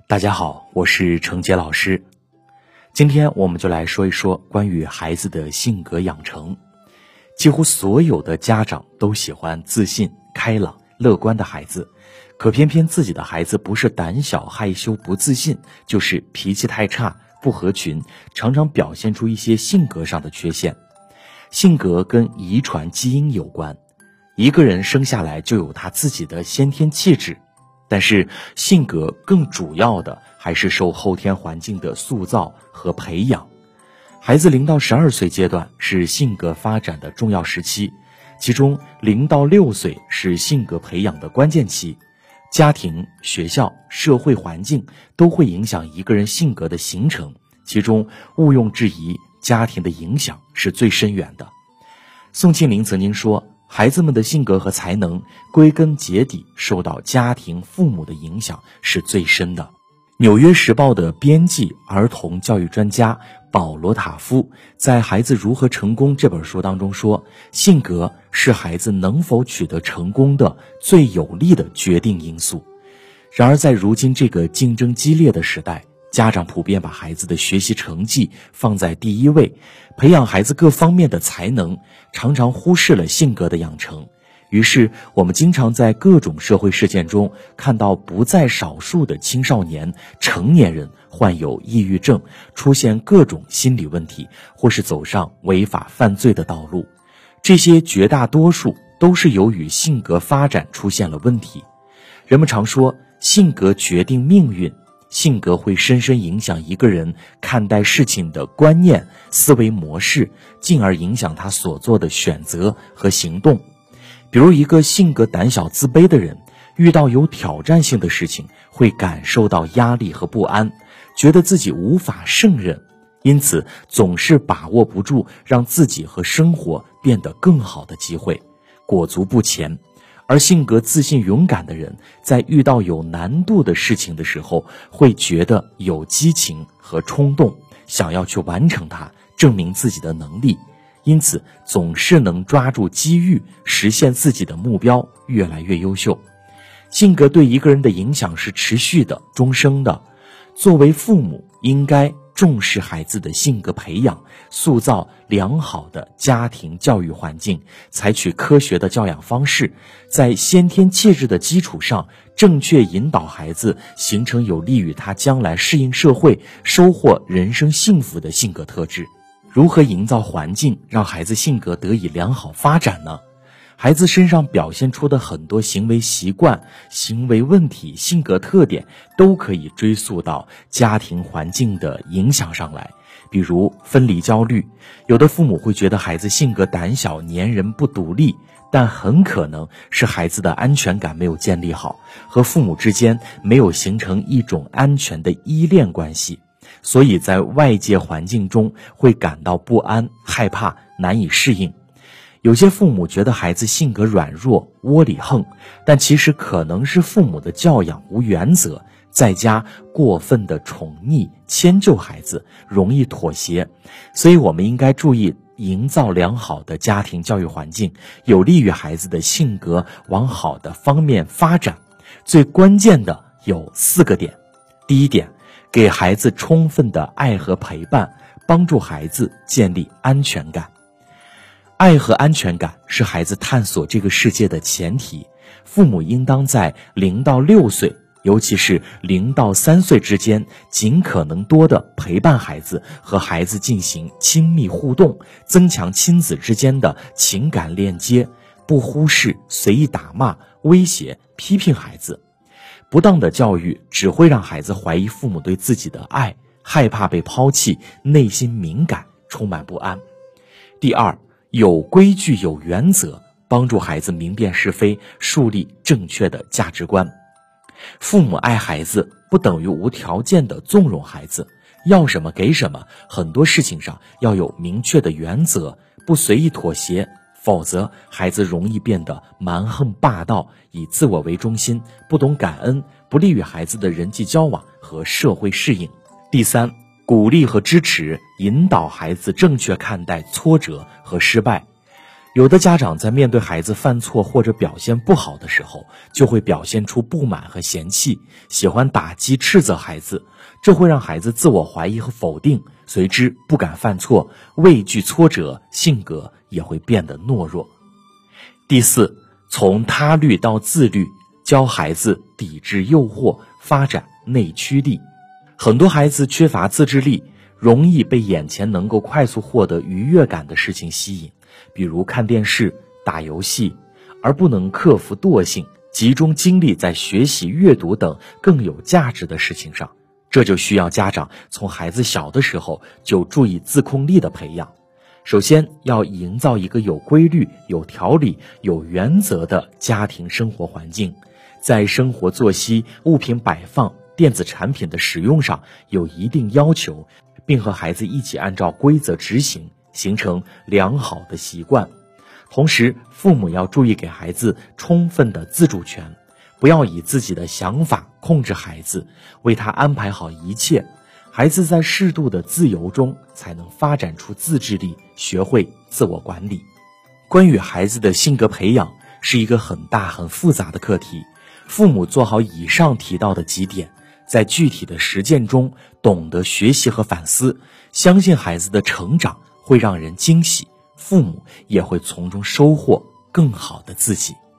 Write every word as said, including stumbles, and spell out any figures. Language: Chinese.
大家好，我是程杰老师。今天我们就来说一说关于孩子的性格养成。几乎所有的家长都喜欢自信、开朗、乐观的孩子，可偏偏自己的孩子不是胆小、害羞、不自信，就是脾气太差、不合群，常常表现出一些性格上的缺陷。性格跟遗传基因有关，一个人生下来就有他自己的先天气质，但是性格更主要的还是受后天环境的塑造和培养。孩子零到十二岁阶段是性格发展的重要时期，其中零到六岁是性格培养的关键期。家庭、学校、社会环境都会影响一个人性格的形成，其中毋庸置疑，家庭的影响是最深远的。宋庆龄曾经说，孩子们的性格和才能归根结底受到家庭父母的影响是最深的。纽约时报的编辑、儿童教育专家保罗塔夫在《孩子如何成功》这本书当中说，性格是孩子能否取得成功的最有力的决定因素。然而在如今这个竞争激烈的时代，家长普遍把孩子的学习成绩放在第一位，培养孩子各方面的才能，常常忽视了性格的养成。于是我们经常在各种社会事件中看到不在少数的青少年、成年人患有抑郁症，出现各种心理问题，或是走上违法犯罪的道路。这些绝大多数都是由于性格发展出现了问题。人们常说，性格决定命运，性格会深深影响一个人看待事情的观念、思维模式，进而影响他所做的选择和行动。比如一个性格胆小自卑的人，遇到有挑战性的事情，会感受到压力和不安，觉得自己无法胜任，因此总是把握不住让自己和生活变得更好的机会，裹足不前。而性格自信勇敢的人，在遇到有难度的事情的时候，会觉得有激情和冲动，想要去完成它，证明自己的能力，因此总是能抓住机遇，实现自己的目标，越来越优秀。性格对一个人的影响是持续的、终生的。作为父母，应该重视孩子的性格培养，塑造良好的家庭教育环境，采取科学的教养方式，在先天气质的基础上，正确引导孩子形成有利于他将来适应社会、收获人生幸福的性格特质。如何营造环境，让孩子性格得以良好发展呢？孩子身上表现出的很多行为习惯、行为问题、性格特点，都可以追溯到家庭环境的影响上来。比如分离焦虑，有的父母会觉得孩子性格胆小、粘人、不独立，但很可能是孩子的安全感没有建立好，和父母之间没有形成一种安全的依恋关系，所以在外界环境中会感到不安、害怕、难以适应。有些父母觉得孩子性格软弱、窝里横，但其实可能是父母的教养无原则，在家过分的宠溺、迁就孩子，容易妥协。所以我们应该注意营造良好的家庭教育环境，有利于孩子的性格往好的方面发展。最关键的有四个点。第一点，给孩子充分的爱和陪伴，帮助孩子建立安全感。爱和安全感是孩子探索这个世界的前提，父母应当在零到六岁，尤其是零到三岁之间，尽可能多的陪伴孩子，和孩子进行亲密互动，增强亲子之间的情感链接，不忽视、随意打骂、威胁、批评孩子。不当的教育只会让孩子怀疑父母对自己的爱，害怕被抛弃，内心敏感，充满不安。第二，有规矩有原则，帮助孩子明辨是非，树立正确的价值观。父母爱孩子不等于无条件的纵容孩子，要什么给什么，很多事情上要有明确的原则，不随意妥协，否则孩子容易变得蛮横霸道，以自我为中心，不懂感恩，不利于孩子的人际交往和社会适应。第三，鼓励和支持，引导孩子正确看待挫折和失败。 有的家长在面对孩子犯错或者表现不好的时候，就会表现出不满和嫌弃，喜欢打击斥责孩子，这会让孩子自我怀疑和否定，随之不敢犯错，畏惧挫折，性格也会变得懦弱。第四，从他律到自律，教孩子抵制诱惑，发展内驱力。很多孩子缺乏自制力，容易被眼前能够快速获得愉悦感的事情吸引，比如看电视、打游戏，而不能克服惰性，集中精力在学习、阅读等更有价值的事情上。这就需要家长从孩子小的时候就注意自控力的培养。首先要营造一个有规律、有条理、有原则的家庭生活环境，在生活作息、物品摆放、电子产品的使用上有一定要求，并和孩子一起按照规则执行，形成良好的习惯。同时，父母要注意给孩子充分的自主权，不要以自己的想法控制孩子，为他安排好一切。孩子在适度的自由中才能发展出自制力，学会自我管理。关于孩子的性格培养是一个很大很复杂的课题，父母做好以上提到的几点，在具体的实践中懂得学习和反思，相信孩子的成长会让人惊喜，父母也会从中收获更好的自己。